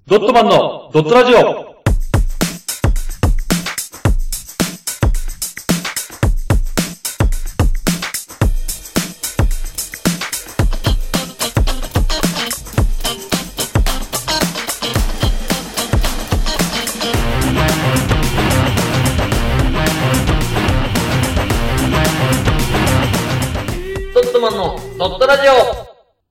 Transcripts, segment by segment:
ドットマンのドットラジオ。 ドットマンのドットラジオ。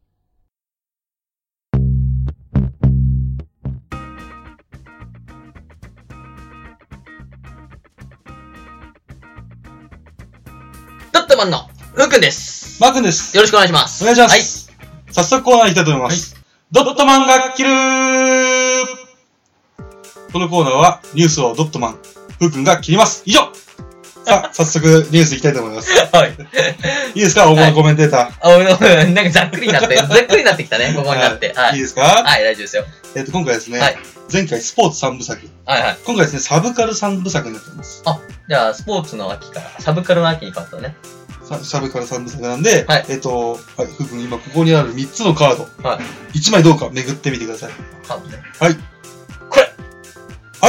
ドットマンのふうくんです。 マーくんです。 よろしくお願いします。 お願いします。はい。早速コーナー行きたいと思います。ドットマンが切るー。このコーナーはニュースをドットマン、ふうくんが切ります。以上。さあ、早速ニュース行きたいと思います。 はい。 いいですか、大物コメンテーター。なんかざっくりになって、ざっくりになってきたね、ここになって。 はい。いいですか？ はい、大丈夫ですよ。 今回ですね、 はい、 前回スポーツ3部作。 はいはい。 今回ですね、サブカル3部作になっています。 あ、じゃあ、スポーツの秋からサブカルの秋に変わったね。 サブカル3部作なんで、 はい。 はい、ふうくん今ここにある3つのカード。 はい。 1枚どうか巡ってみてください。 カードね。 はい。 これはい。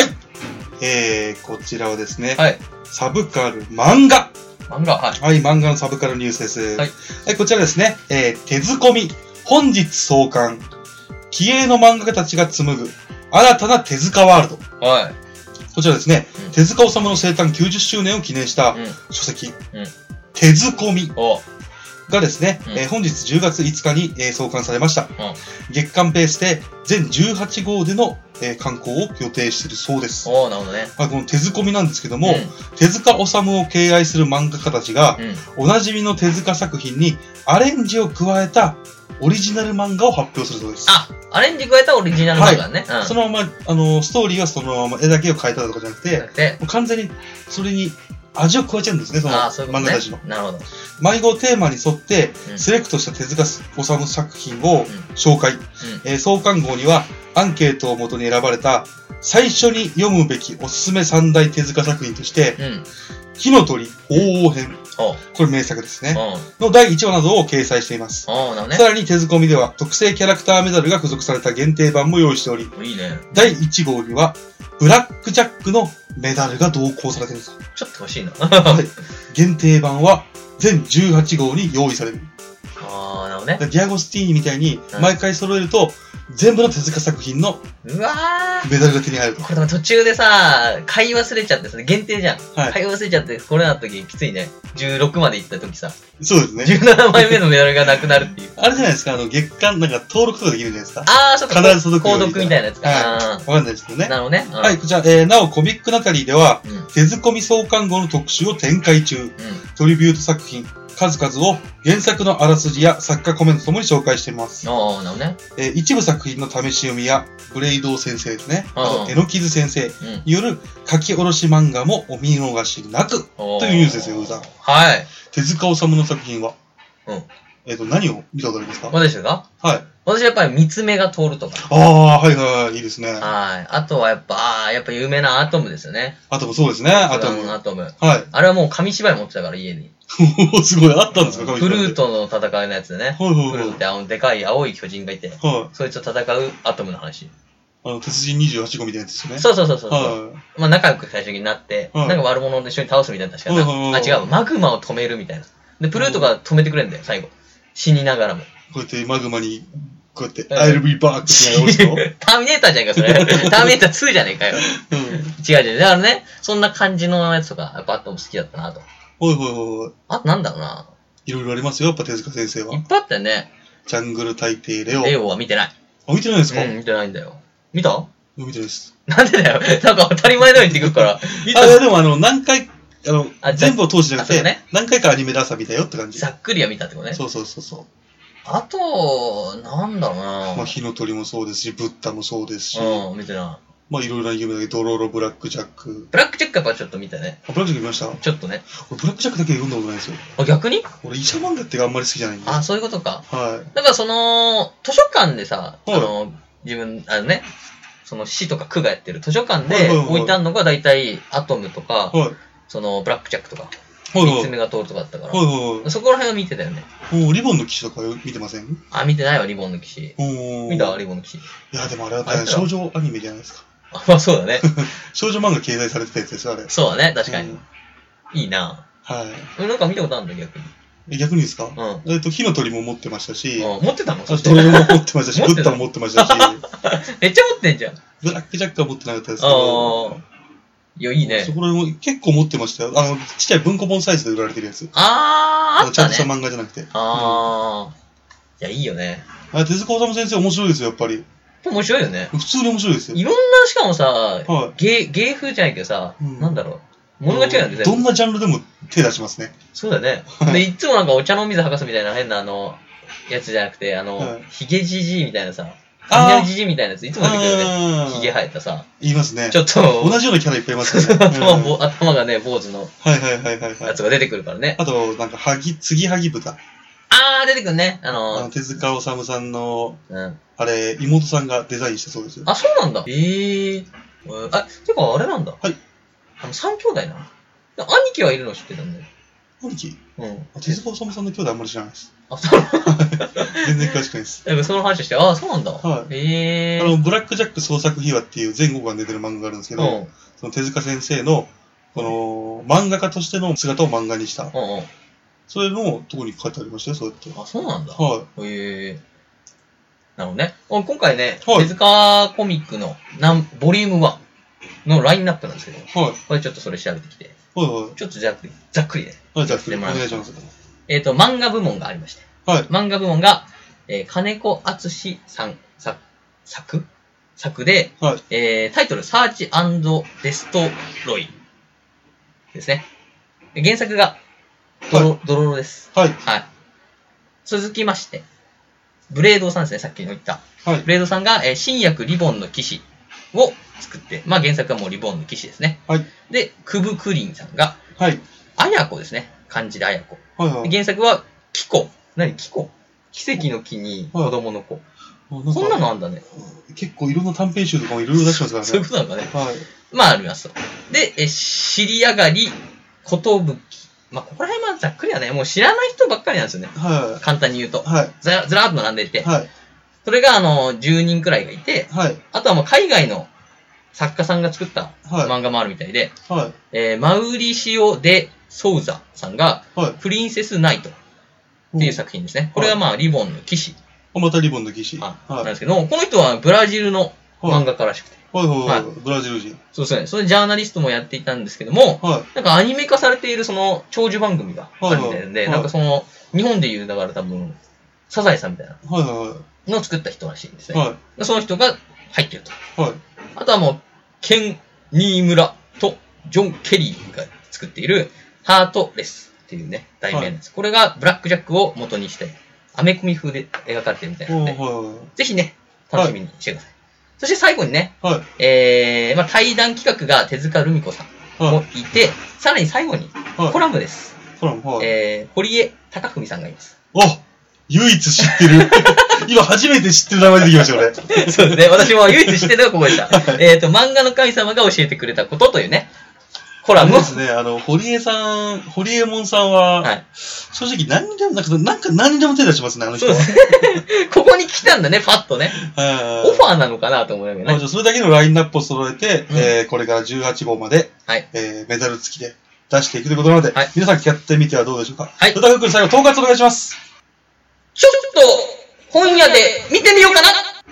こちらはですね、 はい。 サブカル漫画。 漫画、はい。 はい、漫画のサブカルニュースです。 はい。 はい、こちらですね、手づこみ、本日創刊、気鋭の漫画家たちが紡ぐ、新たな手塚ワールド。 はい。 こちらですね、 うん、 手塚治虫の生誕90周年を記念した書籍、手づこみがですね、本日10月5日に、創刊されました。月間ペースで全18号での、刊行を予定しているそうです。 なるほどね。 この手づこみなんですけども、手塚治虫を敬愛する漫画家たちが、おなじみの手塚作品にアレンジを加えたオリジナル漫画を発表するそうです。 あ、アレンジ加えたオリジナル漫画ね。 はい。そのまま、ストーリーはそのまま絵だけを変えたとかじゃなくて、もう完全にそれに味を加えちゃうんですね、その漫画たちの。 なるほど。 迷子テーマに沿って、セレクトした手塚治虫作品を紹介。創刊号には、アンケートをもとに選ばれた、最初に読むべきおすすめ三大手塚作品として、火の鳥、鳳凰編。これ名作ですね。の第1話などを掲載しています。さらに手づこみでは、特製キャラクターメダルが付属された限定版も用意しており、第1号には、ブラックジャックのメダルが同梱されているんです。 ちょっと欲しいな。 はい。限定版は全18号に用意される。 なるほどね。 ディアゴスティーニみたいに毎回揃えると、全部の手塚作品のメダルが手に入ると。 これ途中でさ、買い忘れちゃってさ、限定じゃん。 はい。 買い忘れちゃって、これなった時きついね。16まで行った時さ。 そうですね。 17枚目のメダルがなくなるっていう。 あれじゃないですか、月間なんか登録とかできるじゃないですか。 そっか。 必ず届くように。 購読みたいなやつか。 わかんないですけどね。 なるほどね。 はい、こちら、なおコミックナタリーでは、手づこみ創刊号の特集を展開中。トリビュート作品、数々を原作のあらすじや作家コメントともに紹介しています。 なるほどね。 一部作品の試し読みや、ブレイド先生ですね。あと、えのきず先生による書き下ろし漫画もお見逃しなく。というニュースですよ、うざ。 はい。 手塚治虫の作品は何を見たことありますか？ 私ですか？はい。私はやっぱり三つ目が通るとか。 はいはい、いいですね。 はい。あとはやっぱ有名なアトムですよね。 アトム、そうですね、アトム。 はい。 あれはもう紙芝居持ってたから家に。 すごい、あったんですか？ フルートの戦いのやつでね。フルートってでかい青い巨人がいて、そいつと戦うアトムの話。 鉄人28号みたいなやつですよね。 そう。まあ仲良く最初になって、なんか悪者で一緒に倒すみたいな確かな。違う、マグマを止めるみたいな。で、プルートが止めてくれんだよ、最後。死にながらも。 こうやってマグマに、こうやって、I'll be back って直すとターミネーターじゃんか、それ。ターミネーター2じゃねえかよ。違う。だからね、そんな感じのやつとか、やっぱあっても好きだったなと。あとなんだろうな。 いろいろありますよ、やっぱ手塚先生は。 いっぱいあったよね。 ジャングル大帝レオ。 レオは見てない。 見てないですか？ 見てないんだよ。見た？ 見てないです。 なんでだよ。なんか当たり前のように言ってくるから。 でも何回、全部を通してじゃなくて、何回かアニメで朝見たよって感じ。 ざっくりは見たってことね。 そう。 あと、なんだろうな。 火の鳥もそうですし、ブッダもそうですし。 見てない。 いろいろな有名だけど、ドロロ、ブラックジャック。 ブラックジャックやっぱちょっと見たね。 ブラックジャック見ました？ ちょっとね。 俺、ブラックジャックだけ読んだことないんですよ。 逆に？ 俺、医者漫画ってあんまり好きじゃないんで。 そういうことか。 はい。 だから図書館でさ、自分、その市とか区がやってる図書館で置いてあるのが大体アトムとか、ブラックジャックとか。 3つ目が通るとかだったから。そこら辺は見てたよね。 リボンの騎士とか見てません？ 見てないわ、リボンの騎士。見たリボンの騎士。いや、でもあれは少女アニメじゃないですか。 まあそうだね。 少女漫画掲載されてたやつですよ、あれ。 そうだね、確かに。いいな。 はい。 なんか見たことあるんだ、逆に。 逆にですか？火の鳥も持ってましたし。 持ってたの？ ドラえもんも持ってましたし、ブッダも持ってましたし。 めっちゃ持ってんじゃん。 ブラックジャックは持ってなかったですけど。 いや、いいね。 そこら辺も結構持ってましたよ。ちっちゃい文庫本サイズで売られてるやつ。 あったね。 ちゃんとした漫画じゃなくて。 いや、いいよね。 手塚治虫先生面白いですよ、やっぱり。 面白いよね。 普通に面白いですよ。 いろんな、しかもさ、芸風じゃないけどさ、なんだろう。物が違うよね。 どんなジャンルでも手出しますね。 そうだね。で、いつもなんかお茶の水博士みたいな変なやつじゃなくて、ヒゲじじいみたいなさ、雷じじいみたいなやつ、いつも出てくるよね。ヒゲ生えたさ。 言いますね。 ちょっと。 同じようなキャラいっぱいいますよね。 頭がね、坊主の。やつが出てくるからね。 あと、なんか、継ぎはぎ豚。 出てくるね。 手塚治虫さんの、あれ、妹さんがデザインしたそうですよ。 そうなんだ。てか、あれなんだ。 はい。 三兄弟なの？兄貴はいるの知ってたんだよ。 兄貴？手塚治虫さんの兄弟あんまり知らないです。 そう全然詳しくないです。 その話して、そうなんだ。 はい。ブラックジャック創作秘話っていう全国が出てる漫画があるんですけど、その手塚先生の、漫画家としての姿を漫画にした。それのとこに書いてありましたよ、そうやって。 そうなんだ。 はい。 なるほどね。今回ね、手塚コミックのボリューム1のラインナップなんですけど、これちょっとそれ調べてきて、ちょっとざっくりね。 ざっくりお願いします。 漫画部門がありまして、漫画部門が、金子敦さん作で、タイトル、サーチ&デストロイですね。原作が、ドロロです。はい。続きまして、ブレードさんですね、さっきの言った。ブレードさんが、新薬リボンの騎士を作って、原作はもうリボンの騎士ですね。で、クブクリンさんが、あやこですね。漢字であやこ。原作は、キコ。キコ？奇跡の木に子供の子。そんなのあんだね。 結構いろんな短編集とかもいろいろ出してますからね。 そういうことなんだね。ありますと。で、尻上がり、ことぶき。ここら辺はざっくりはね、もう知らない人ばっかりなんですよね。簡単に言うと。ずらーっと並んでいて。それが10人くらいがいて、あとはもう海外の作家さんが作った漫画もあるみたいで、マウリシオ・デ・ソウザさんが、プリンセス・ナイトっていう作品ですね。これはリボンの騎士。 またリボンの騎士。 なんですけど、この人はブラジルの漫画家らしくて。 ブラジル人。 そうですね。それジャーナリストもやっていたんですけども、なんかアニメ化されているその長寿番組があるみたいなんで、なんかその、日本でいうだから多分、サザエさんみたいなのを作った人らしいんですね。その人が入ってると。あとはもう、ケン・ニームラとジョン・ケリーが作っているハートレスっていうね、題名です。これがブラックジャックを元にして、アメコミ風で描かれてるみたいなので、ぜひね、楽しみにしてください。そして最後にね、対談企画が手塚ルミ子さんもいて、さらに最後にコラムです。堀江貴文さんがいます。 唯一知ってる。今初めて知ってる名前出てきましたよね。 そうですね。私も唯一知ってるのがここでした。漫画の神様が教えてくれたことというね、コラムを。 ですね。堀江門さんは、正直何にでも、なんか何にでも手出しますね、あの人は。 そうですね。ここに来たんだね、パッとね。オファーなのかなと思うよね。 それだけのラインナップを揃えて、これから18号まで、メダル付きで出していくということなので、皆さんやってみてはどうでしょうか。それでは、ふっくん最後、統括お願いします。 ちょっと、本屋で見てみようかな。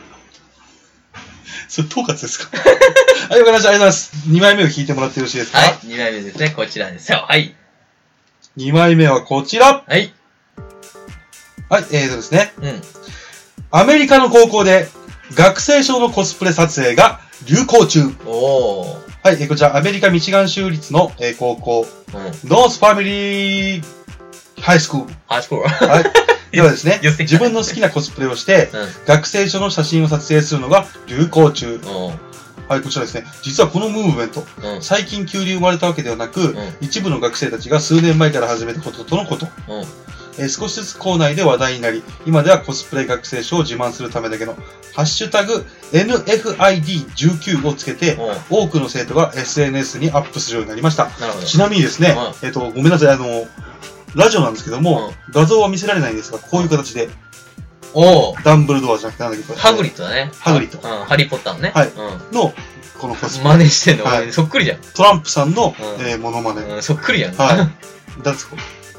それ統括ですか？はい、わかりました。ありがとうございます。2枚目を引いてもらってよろしいですか？ はい、2枚目ですね。こちらですよ。はい。 2枚目はこちら。 はい。 はい、ですね。アメリカの高校で学生証のコスプレ撮影が流行中。はい、こちらアメリカミシガン州立の高校、ノースファミリーハイスクール。はい。ではですね、自分の好きなコスプレをして、学生証の写真を撮影するのが流行中。はい、こちらですね。実はこのムーブメント、最近急に生まれたわけではなく、一部の学生たちが数年前から始めたこととのこと。 少しずつ校内で話題になり、今ではコスプレ学生証を自慢するためだけの、ハッシュタグ NFID19 をつけて、多くの生徒が SNS にアップするようになりました。ちなみにですね、ごめんなさい、ラジオなんですけども、画像は見せられないんですが、こういう形で、ダンブルドアじゃなくてなんだけど、 ハグリッドだね。 ハグリッド。 ハリーポッターのね。 はい。の、このコスプレ。 真似してんの、そっくりじゃん。 トランプさんの、モノマネ。 そっくりじゃん。 はい。誰ですか？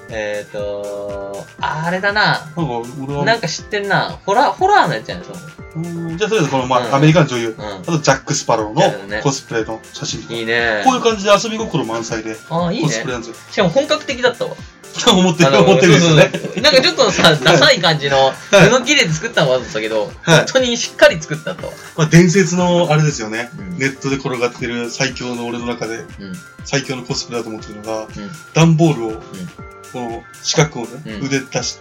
あれだな。なんか知ってんな。ホラーのやつやん、 じゃあ、とりあえずこの、アメリカの女優、あとジャック・スパローのコスプレの写真。 いいね。 こういう感じで遊び心満載で、コスプレなんですよ。 しかも本格的だったわ。 思ってるですよね。 なんかちょっとさ、ダサい感じの、布切れで作ったのはわざだけど、本当にしっかり作ったと。 まあ伝説のあれですよね。ネットで転がってる最強の俺の中で、最強のコスプレだと思ってるのが、段ボールを、この四角をね、腕出して、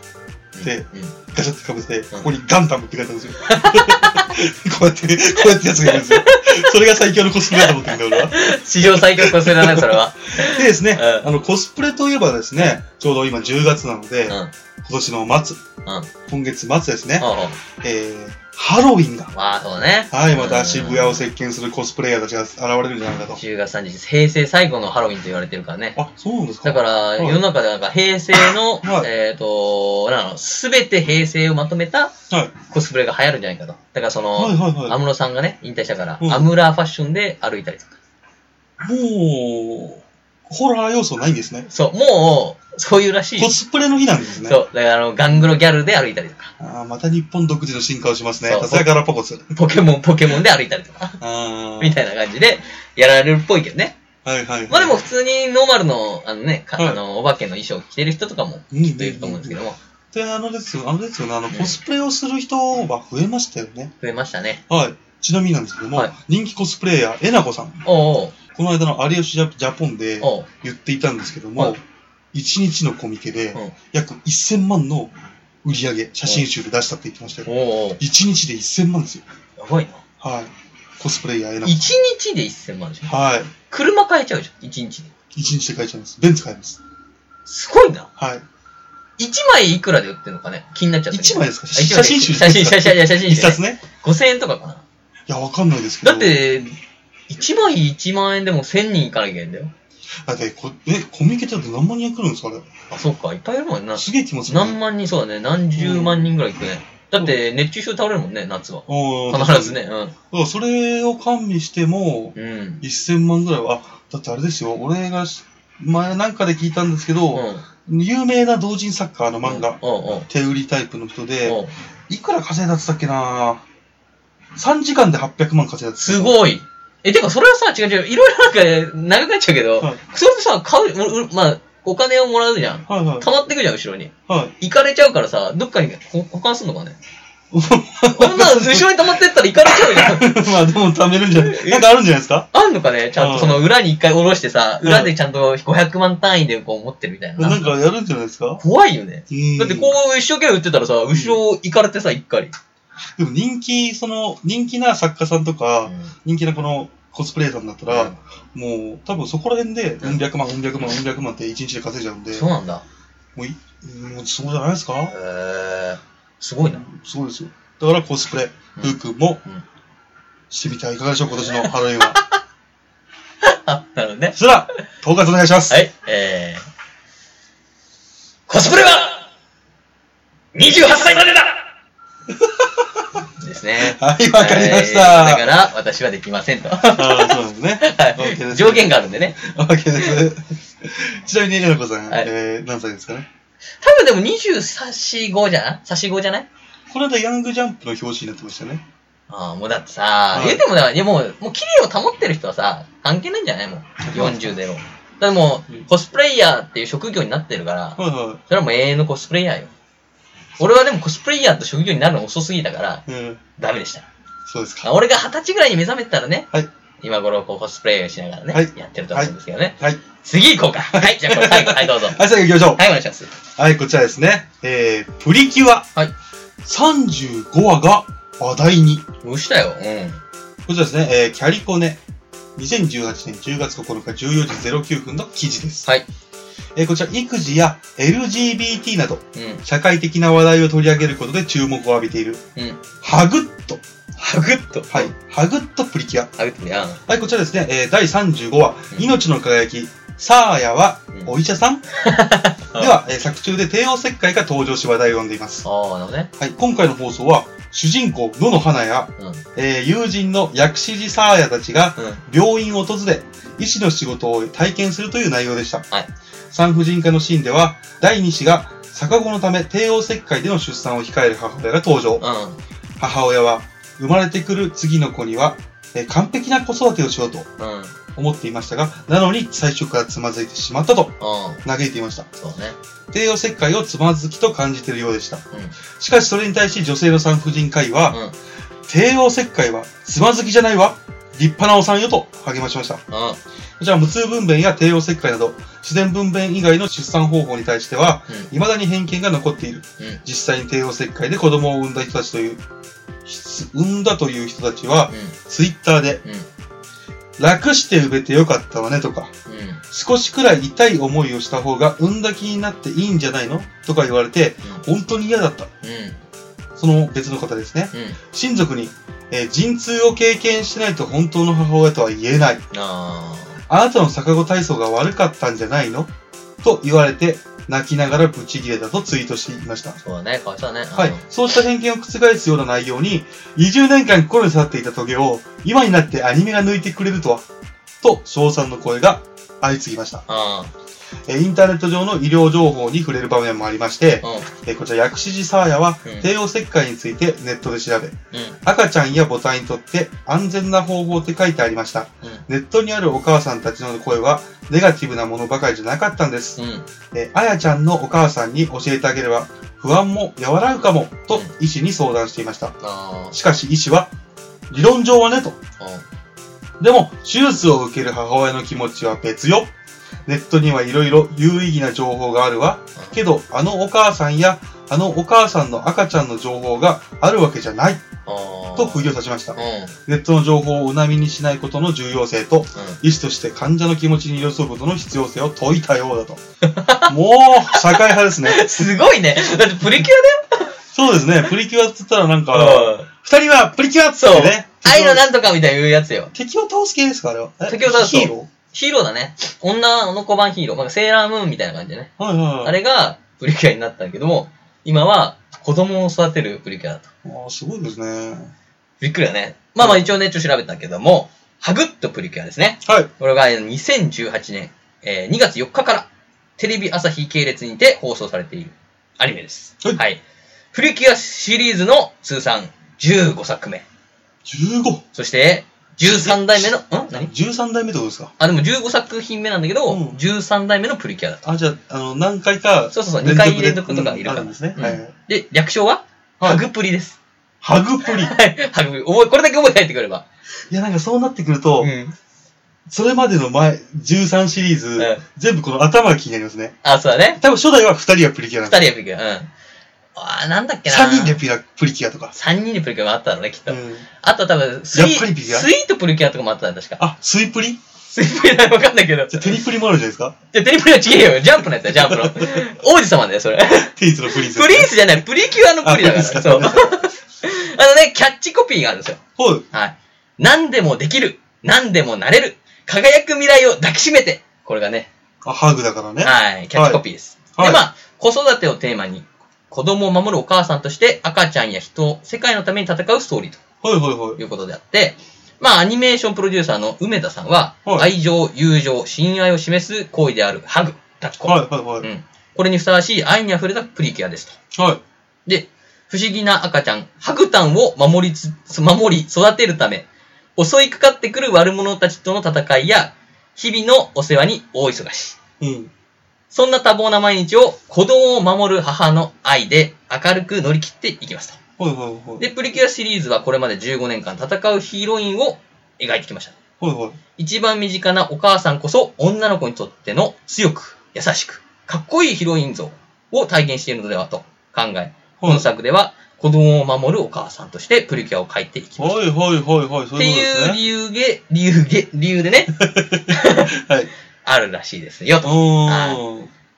ガシャってかぶせて、ここにガンダムって書いてあるんですよ。こうやってやつがいるんですよ。それが最強のコスプレだと思ってるんだ、俺は。 史上最強コスプレだね、それは。 でですね、コスプレといえばですね、ちょうど今10月なので、今年の末、今月末ですね、ハロウィンが。 まあ、そうね。 はい、また渋谷を席巻するコスプレイヤーたちが現れるんじゃないかと。 10月30日、平成最後のハロウィンと言われてるからね。 あ、そうなんですか。 だから、世の中でなんか平成の、すべて平成をまとめたコスプレが流行るんじゃないかと。だからその、安室さんがね、引退したから、アムラーファッションで歩いたりとか。 もう、ホラー要素ないんですね。 そう、もう、そういうらしい。 コスプレの日なんですね。 そう。だからガングロギャルで歩いたりとか。 ああ、また日本独自の進化をしますね。さすがガラパゴス。 ポケモンで歩いたりとか。みたいな感じで、やられるっぽいけどね。 はいはい。 まあでも普通にノーマルの、お化けの衣装を着てる人とかも、きっといると思うんですけども。 で、ですよね、コスプレをする人は増えましたよね。 増えましたね。 はい。ちなみになんですけども、人気コスプレイヤー、えなこさん。この間の有吉ジャポンで言っていたんですけども、1日のコミケで約1000万の売り上げ、写真集で出したって言ってましたよ。1日で1000万ですよ。 やばいな。 はい。コスプレイヤー、えなこ。1日で1000万でしょ。 はい。 車買えちゃうじゃん、1日で。 1日で買えちゃいます。ベンツ買えます。 すごいな。 はい。 1枚いくらで売ってるのかね、気になっちゃった。 1枚ですか？ 写真集写真集。 1冊ね。 5000円とかかな。 いや、わかんないですけど。 だって、1枚1万円でも1000人いかなきゃいけないんだよ。 だって、コミケって何万人来るんですか、あれ。 あ、そっか、いっぱいいるもんな。 すげえ気持ちいい。 何万人、そうだね。何十万人ぐらい行くね。だって、熱中症倒れるもんね、夏は。必ずね。 それを加味しても、1000万ぐらいは、だってあれですよ、俺が、前なんかで聞いたんですけど、有名な同人作家の漫画、手売りタイプの人で、いくら稼いだってたっけな3時間で800万稼いだって。 すごい。てか、それはさ、違う。いろいろなんか、長くなっちゃうけど、それでさ、まあ、お金をもらうじゃん。溜まってくじゃん、後ろに。行かれちゃうからさ、どっかに保管すんのかね。こんな、後ろに溜まってったら行かれちゃうじゃん。 まあ、でも貯めるんじゃない？なんかあるんじゃないですか？ あんのかね？ちゃんとその裏に一回下ろしてさ、裏でちゃんと500万単位でこう持ってるみたいな。 なんかやるんじゃないですか？ 怖いよね。だってこう一生懸命売ってたらさ、後ろ行かれてさ、一回。 でも人気な作家さんとか、人気なこのコスプレイヤーさんだったら、もう多分そこら辺で、うん百万って1日で稼いじゃうんで。 そうなんだ。 もうそうじゃないですか？ すごいな。 すごいですよ。だからコスプレ、服も、してみてはいかがでしょう、今年のハロウィンは。 あ、なるほどね。 そしたら、統括お願いします。 はい、コスプレは、28歳までだですね。 はい、わかりました。 だから、私はできませんと。 ああ、そうですね。 はい。上限があるんでね。 OK です。ちなみに、えなこさん、何歳ですかね？ 多分でも24、5じゃない？差し5じゃない？ この間、ヤングジャンプの表紙になってましたね。 ああ、もうだってさ、言うてもだ、もう綺麗を保ってる人はさ、関係ないんじゃない？もう、40でも。だってもう、コスプレイヤーっていう職業になってるから、それはもう永遠のコスプレイヤーよ。俺はでもコスプレイヤーと職業になるの遅すぎたから、ダメでした。 そうですか。 俺が20歳ぐらいに目覚めてたらね、 はい、 今頃コスプレイヤーしながらね、やってると思うんですけどね。 はい。 次行こうか。はい、じゃあこれ最後、はい、どうぞ。 はい、最後行きましょう。 はい、お願いします。 はい、こちらですね。プリキュア。はい。35話が話題に。 どうしたよ。 こちらですね、キャリコネ。2018年10月9日14時09分の記事です。 はい。 こちら、育児や LGBT など、社会的な話題を取り上げることで注目を浴びている、ハグッド。 ハグッドはい。ハグッドプリキュア。 ハグッドね。 はい、こちらですね、第35話、命の輝き、サーヤは、お医者さんでは、作中で帝王切開が登場し話題を呼んでいます。 なるほどね。 はい、今回の放送は、主人公、野々花や、友人の薬師寺サーヤたちが、病院を訪れ、医師の仕事を体験するという内容でした。はい、産婦人科のシーンでは、第2子が、逆子のため帝王切開での出産を控える母親が登場。母親は、生まれてくる次の子には、完璧な子育てをしようと思っていましたが、なのに最初からつまずいてしまったと嘆いていました。 そうね。 帝王切開をつまずきと感じているようでした。しかしそれに対し女性の産婦人科医は、帝王切開はつまずきじゃないわ、立派なお産よと励ましました。こちら無痛分娩や帝王切開など自然分娩以外の出産方法に対しては、未だに偏見が残っている。実際に帝王切開で子供を産んだ人たちは、ツイッターで、楽して産めてよかったわねとか、少しくらい痛い思いをした方が産んだ気になっていいんじゃないのとか言われて、本当に嫌だった。その別の方ですね。親族に、陣痛を経験しないと本当の母親とは言えない。あなたの逆子体操が悪かったんじゃないのと言われて、泣きながらブチギレたとツイートしていました。 そうだね、かわいそうだね。 はい。そうした偏見を覆すような内容に、20年間心に刺さっていたトゲを、今になってアニメが抜いてくれるとは、と、称賛の声が相次ぎました。インターネット上の医療情報に触れる場面もありまして、こちら薬師寺サーヤは、帝王切開についてネットで調べ、赤ちゃんや母体にとって安全な方法って書いてありました。ネットにあるお母さんたちの声は、ネガティブなものばかりじゃなかったんです。あやちゃんのお母さんに教えてあげれば、不安も和らぐかも、と医師に相談していました。しかし医師は、理論上はね、と。でも、手術を受ける母親の気持ちは別よ。ネットにはいろいろ有意義な情報があるわ。けど、あのお母さんや、あのお母さんの赤ちゃんの情報があるわけじゃない。と釘を刺しました。ネットの情報を鵜呑みにしないことの重要性と、医師として患者の気持ちに寄り添うことの必要性を説いたようだと。もう、社会派ですね。 すごいね。だってプリキュアだよ。 そうですね。プリキュアって言ったらなんか、二人はプリキュアってね。 愛のなんとかみたいな言うやつよ。 敵を倒す系ですかあれは。 敵を倒す。ヒーローだね。女の子版ヒーロー。セーラームーンみたいな感じでね。あれがプリキュアになったんだけども、今は子供を育てるプリキュアだと。 すごいですね。 びっくりだね。一応ね、調べたけども、ハグッとプリキュアですね。 はい。 これが2018年、2月4日からテレビ朝日系列にて放送されているアニメです。はい。プリキュアシリーズの通算15作目。 15? そして、13代目の、 何 ?13 代目ってことですか？ でも15作品目なんだけど、13代目のプリキュアだと。 じゃあ、何回か。 そう、2回連続とかいるから。 ですね。 で、略称はハグプリです。 ハグプリ。 はい、ハグプリ。これだけ覚えて帰ってくれば。 いや、なんかそうなってくると、それまでの13シリーズ、全部この頭が気になりますね。 そうだね。 多分初代は2人はプリキュアなんです。 2人はプリキュア。なんだっけな。 3人でプリキュアとか。 3人でプリキュアもあったのね、きっと。あと多分、スイートプリキュアとかもあったの、確か。 スイプリわかんないけど。 じゃテニプリもあるじゃないですか？ テニプリは違えよ。ジャンプのやつだよ、ジャンプの。王子様だよ、それ。 テニスのプリンス。 プリンスじゃない、プリキュアのプリだから。そう。キャッチコピーがあるんですよ。はい。何でもできる。何でもなれる。輝く未来を抱きしめて。これがね。 ハグだからね。 はい、キャッチコピーです。で、子育てをテーマに、子供を守るお母さんとして赤ちゃんや人、世界のために戦うストーリーということであって、アニメーションプロデューサーの梅田さんは、愛情、友情、親愛を示す行為であるハグ、抱っこ。これにふさわしい愛に溢れたプリキュアですと。で、不思議な赤ちゃん、ハグタンを守り育てるため、襲いかかってくる悪者たちとの戦いや、日々のお世話に大忙し。そんな多忙な毎日を子供を守る母の愛で明るく乗り切っていきますと。で、プリキュアシリーズはこれまで15年間戦うヒーロインを描いてきました。一番身近なお母さんこそ女の子にとっての強く、優しく、かっこいいヒロイン像を体現しているのではと考え、本作では子供を守るお母さんとしてプリキュアを描いていきました。っていう理由でね。あるらしいですよと。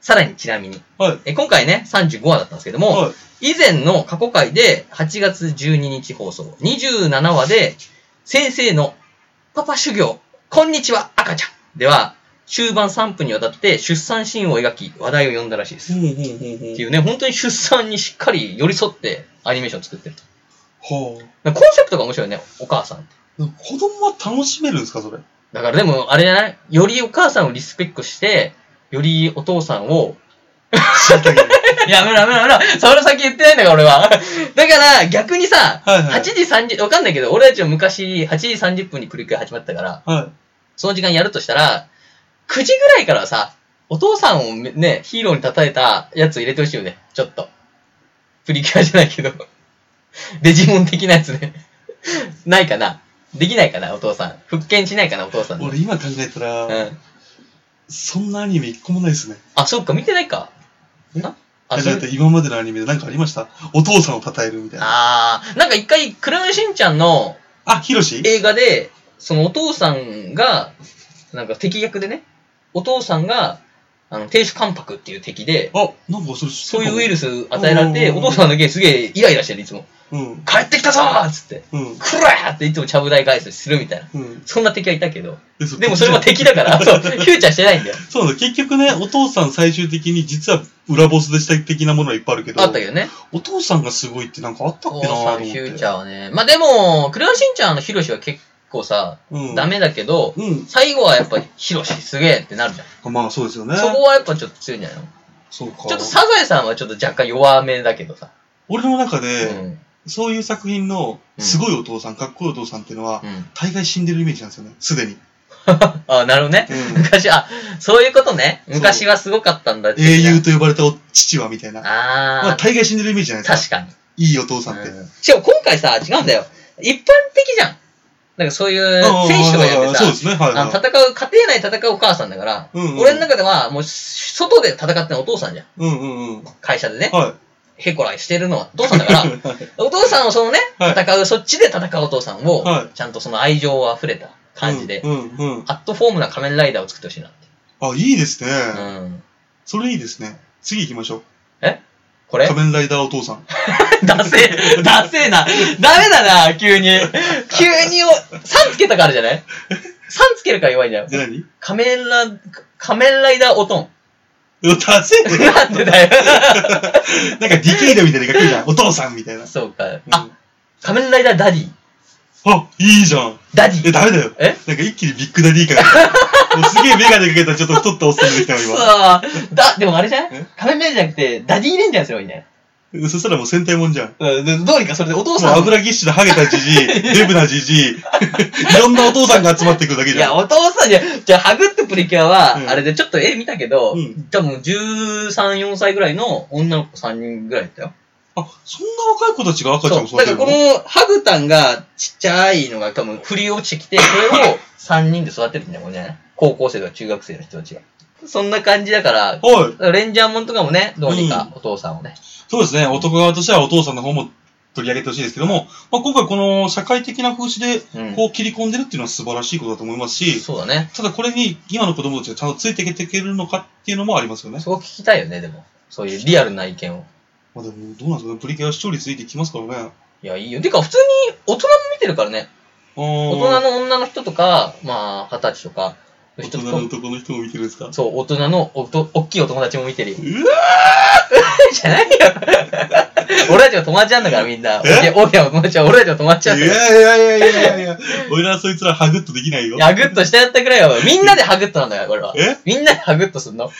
さらにちなみに。 はい。 今回ね、35話だったんですけども、はい、以前の過去回で8月12日放送、27話で、先生のパパ修行、こんにちは赤ちゃんでは、終盤3分にわたって出産シーンを描き、話題を呼んだらしいです。っていうね、本当に出産にしっかり寄り添ってアニメーション作ってると。コンセプトが面白いね、お母さんって。 子供は楽しめるんですか、それ。 だからでも、あれじゃないよりお母さんをリスペクトして、よりお父さんを、やめろ。それ先言ってないんだから、俺は。だから、逆にさ、8時30、わかんないけど、俺たちも昔、8時30分にプリキュア始まったから、その時間やるとしたら、9時ぐらいからはさ、お父さんをね、ヒーローに叩いたやつ入れてほしいよね、ちょっと。プリキュアじゃないけど。デジモン的なやつね。ないかなできないかなお父さん。復権しないかなお父さん。 俺今考えたら、そんなアニメ一個もないですね。 あ、そっか、見てないか。 だって今までのアニメで何かありました？お父さんを称えるみたいな。 なんか一回、クレヨンしんちゃんの、 ヒロシ映画で、そのお父さんが、なんか敵役でね、お父さんが、亭主関白っていう敵で、 なんかそういうウイルス与えられて、お父さんだけすげえイライラしてる、いつも。帰ってきたぞーっつって、くらーっていつもちゃぶ台返すするみたいな。そんな敵はいたけど、でもそれも敵だから、そう、フューチャーしてないんだよ。 そうだ、結局ね、お父さん最終的に実は裏ボスでした的なものはいっぱいあるけど。 あったけどね。 お父さんがすごいってなんかあったっけなーと思って。 フューチャーはね。まあでも、クレヨンしんちゃんのヒロシは結構さ、ダメだけど、最後はやっぱヒロシすげえってなるじゃん。 まあそうですよね。 そこはやっぱちょっと強いんじゃないの？ そうか。 ちょっとサザエさんはちょっと若干弱めだけどさ。 俺の中で、そういう作品のすごいお父さん、かっこいいお父さんっていうのは、大概死んでるイメージなんですよね、すでに。 なるほどね。昔、そういうことね。昔はすごかったんだって。 英雄と呼ばれた父はみたいな。まあ大概死んでるイメージじゃないですか。 確かに。いいお父さんって。 しかも今回さ、違うんだよ。一般的じゃん。なんかそういう選手とかじゃなくてさ、 そうですね、はいはい、 家庭内戦うお母さんだから、俺の中ではもう外で戦ってるのお父さんじゃん。会社でね。へこらいしてるのはお父さんだから、お父さんをそのね、戦う、そっちで戦うお父さんを、ちゃんとその愛情あふれた感じで、アットフォームな仮面ライダーを作ってほしいなって。 いいですね。それいいですね。次行きましょう。 これ仮面ライダーお父さん。 ダセーな。ダメだな、急に。3つけたからあるじゃない ?3 つけるから弱いんだよ。 何仮面ライダーおとん。 ダセーってなんでだよ。 なんかディケイドみたいなかっこいいじゃん。お父さんみたいな。 そうか。仮面ライダーダディ。 いいじゃん。 ダディ。 ダメだよ。なんか一気にビッグダディから。もうすげえメガネかけたらちょっと太ったおっさん出てきたわ、 今。でもあれじゃん仮面ライダーじゃなくて、ダディレンジャーにすればいいんだよ。 そしたらもう戦隊もんじゃん。 どうにかそれでお父さん。 油ぎっしゅなハゲたじじい、デブなじじい、いろんなお父さんが集まってくるだけじゃん。 いや、お父さんじゃあ、ハグってプリキュアは、あれでちょっと絵見たけど、多分13、4歳ぐらいの女の子3人ぐらいだったよ。 そんな若い子たちが赤ちゃんを育てるの？ だからこのハグタンがちっちゃいのが多分振り落ちてきて、それを3人で育てるんだよ、これね。高校生とか中学生の人たちが。そんな感じだから、レンジャーモンとかもね、どうにかお父さんをね。 そうですね。男側としてはお父さんの方も取り上げてほしいですけども、今回この社会的な風刺でこう切り込んでるっていうのは素晴らしいことだと思いますし、 そうだね。 ただこれに今の子供たちがちゃんとついていけるのかっていうのもありますよね。 そう聞きたいよね、でも。そういうリアルな意見を。 でもどうなんですかね。プリキュア視聴率ついてきますからね。 いや、いいよ。てか普通に大人も見てるからね。大人の女の人とか、まあ、20歳とか。 大人の男の人も見てるんですか？ そう、大人の大きいお友達も見てるよ。 うわーじゃないよ。俺たちの友達なんだからみんな。大きなお友達は俺たちの友達なんだから。 いや。俺らそいつらハグッとできないよ。 ハグッとしてやったくらいよ。みんなでハグッとなんだよ、これは。みんなでハグッとすんの。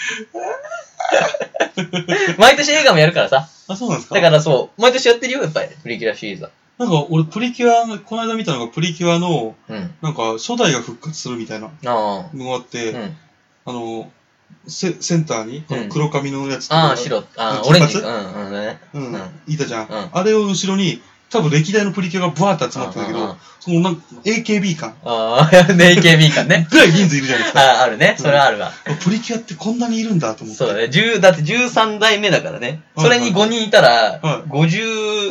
毎年映画もやるからさ。 そうなんですか？ だからそう、毎年やってるよ、やっぱり。プリキュアシリーズは。なんか、俺、プリキュア、この間見たのがプリキュアの、なんか、初代が復活するみたいなのがあって、センターに、黒髪のやつとか、 白、オレンジ、 いたじゃん。あれを後ろに、多分歴代のプリキュアがブワーって集まってるんだけど、そのなんか AKB 感。 AKB 感ね。 ぐらい人数いるじゃないですか。 あるね。それはあるわ。 プリキュアってこんなにいるんだと思って。 そうだね。だって13代目だからね。それに5人いたら、58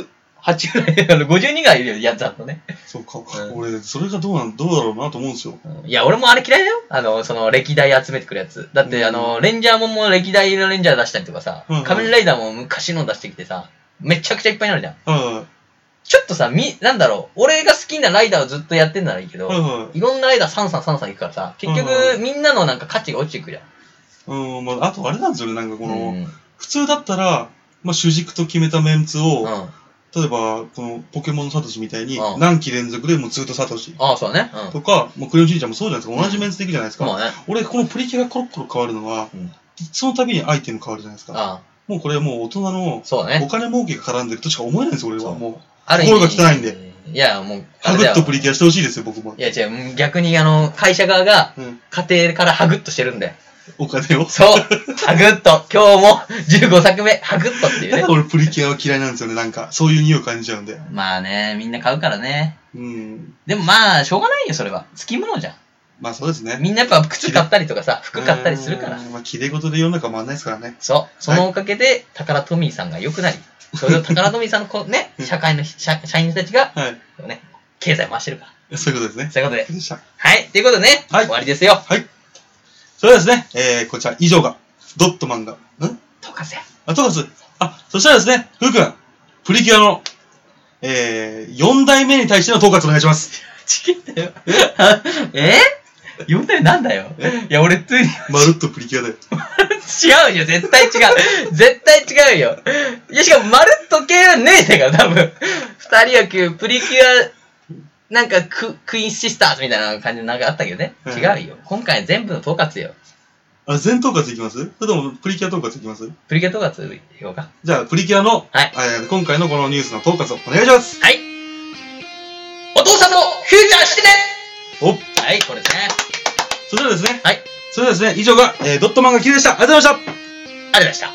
8ぐらい、52がいるやつだとね。 そうか。俺、それがどうだろうなと思うんですよ。 いや、俺もあれ嫌いだよ。その、歴代集めてくるやつ。だって、レンジャーももう歴代のレンジャー出したりとかさ、仮面ライダーも昔の出してきてさ、めちゃくちゃいっぱいになるじゃん。ちょっとさ、なんだろう、俺が好きなライダーをずっとやってんならいいけど、いろんなライダー3-3行くからさ、結局、みんなのなんか価値が落ちていくじゃん。 まあ、あとあれなんですよね、なんかこの、普通だったら、まあ、主軸と決めたメンツを、例えば、このポケモンのサトシみたいに、何期連続でもうずっとサトシ。 そうね。 とか、もうクレヨンしんちゃんもそうじゃないですか。同じメンツでいくじゃないですか。俺、このプリキュアがコロッコロ変わるのは、その度にアイテム変わるじゃないですか。もうこれはもう大人の、お金儲けが絡んでるとしか思えないんですよ、俺は。もう。心が汚いんで。 いや、もう、 ハグッとプリキュアしてほしいですよ、僕も。 いや、違う、逆に会社側が、家庭からハグッとしてるんで。 お金をそうハグッと今日も15作目、ハグッとっていうね。 俺プリキュアは嫌いなんですよね、なんか。そういう匂いを感じちゃうんで。 まあね、みんな買うからね。でもまあ、しょうがないよ、それは。付き物じゃん。 まあそうですね。 みんなやっぱ靴買ったりとかさ、服買ったりするから。 まあ、綺麗事で世の中回んないですからね。 そう。そのおかげで、タカラトミーさんが良くなり、それをタカラトミーさんのね、社会の社員たちが、ね、経済回してるから。 そういうことですね。 そういうことで。はい。ということでね、終わりですよ。 はい。それではですね、こちら以上が、ドットマンが、 トカスや。 トカス。そしたらですね、ふうくん、プリキュアの、4代目に対しての統括お願いします。 チキンだよ。4代目なんだよ。いや、俺、 まるっとプリキュアだよ。 違うよ、絶対違う。絶対違うよ。いや、しかも、まるっと系はねえぜから、多分。二人はプリキュア、なんかクイーンシスターズみたいな感じのなんかあったけどね。違うよ。今回全部の統括よ。 全統括いきます？それともプリキュア統括いきます？ プリキュア統括いこうか。 じゃあ、プリキュアの、今回のこのニュースの統括をお願いします。 はい。お父さんもフューチャーしてね。はい、これですね。 それではですね。 はい。 それではですね、以上が、ドットマンが綺麗でした。ありがとうございました。 ありがとうございました。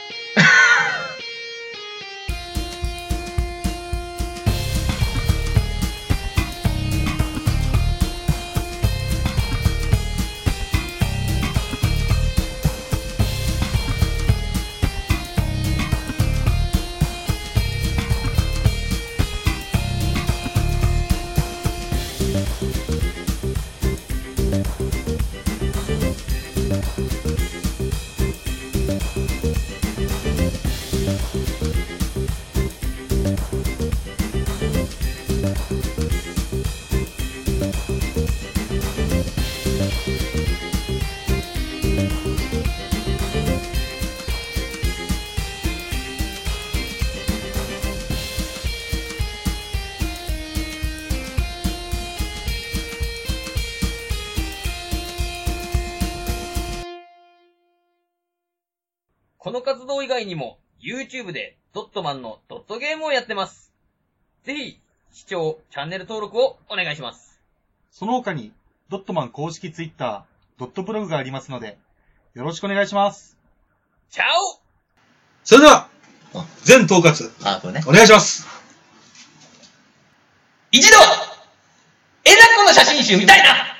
この活動以外にも YouTube でドットマンのドットゲームをやってます。ぜひ視聴、チャンネル登録をお願いします。 その他にドットマン公式 Twitter、ドットブログがありますのでよろしくお願いします。 チャオ。 それでは全統括これね、 お願いします。 一度エナコの写真集見たいな。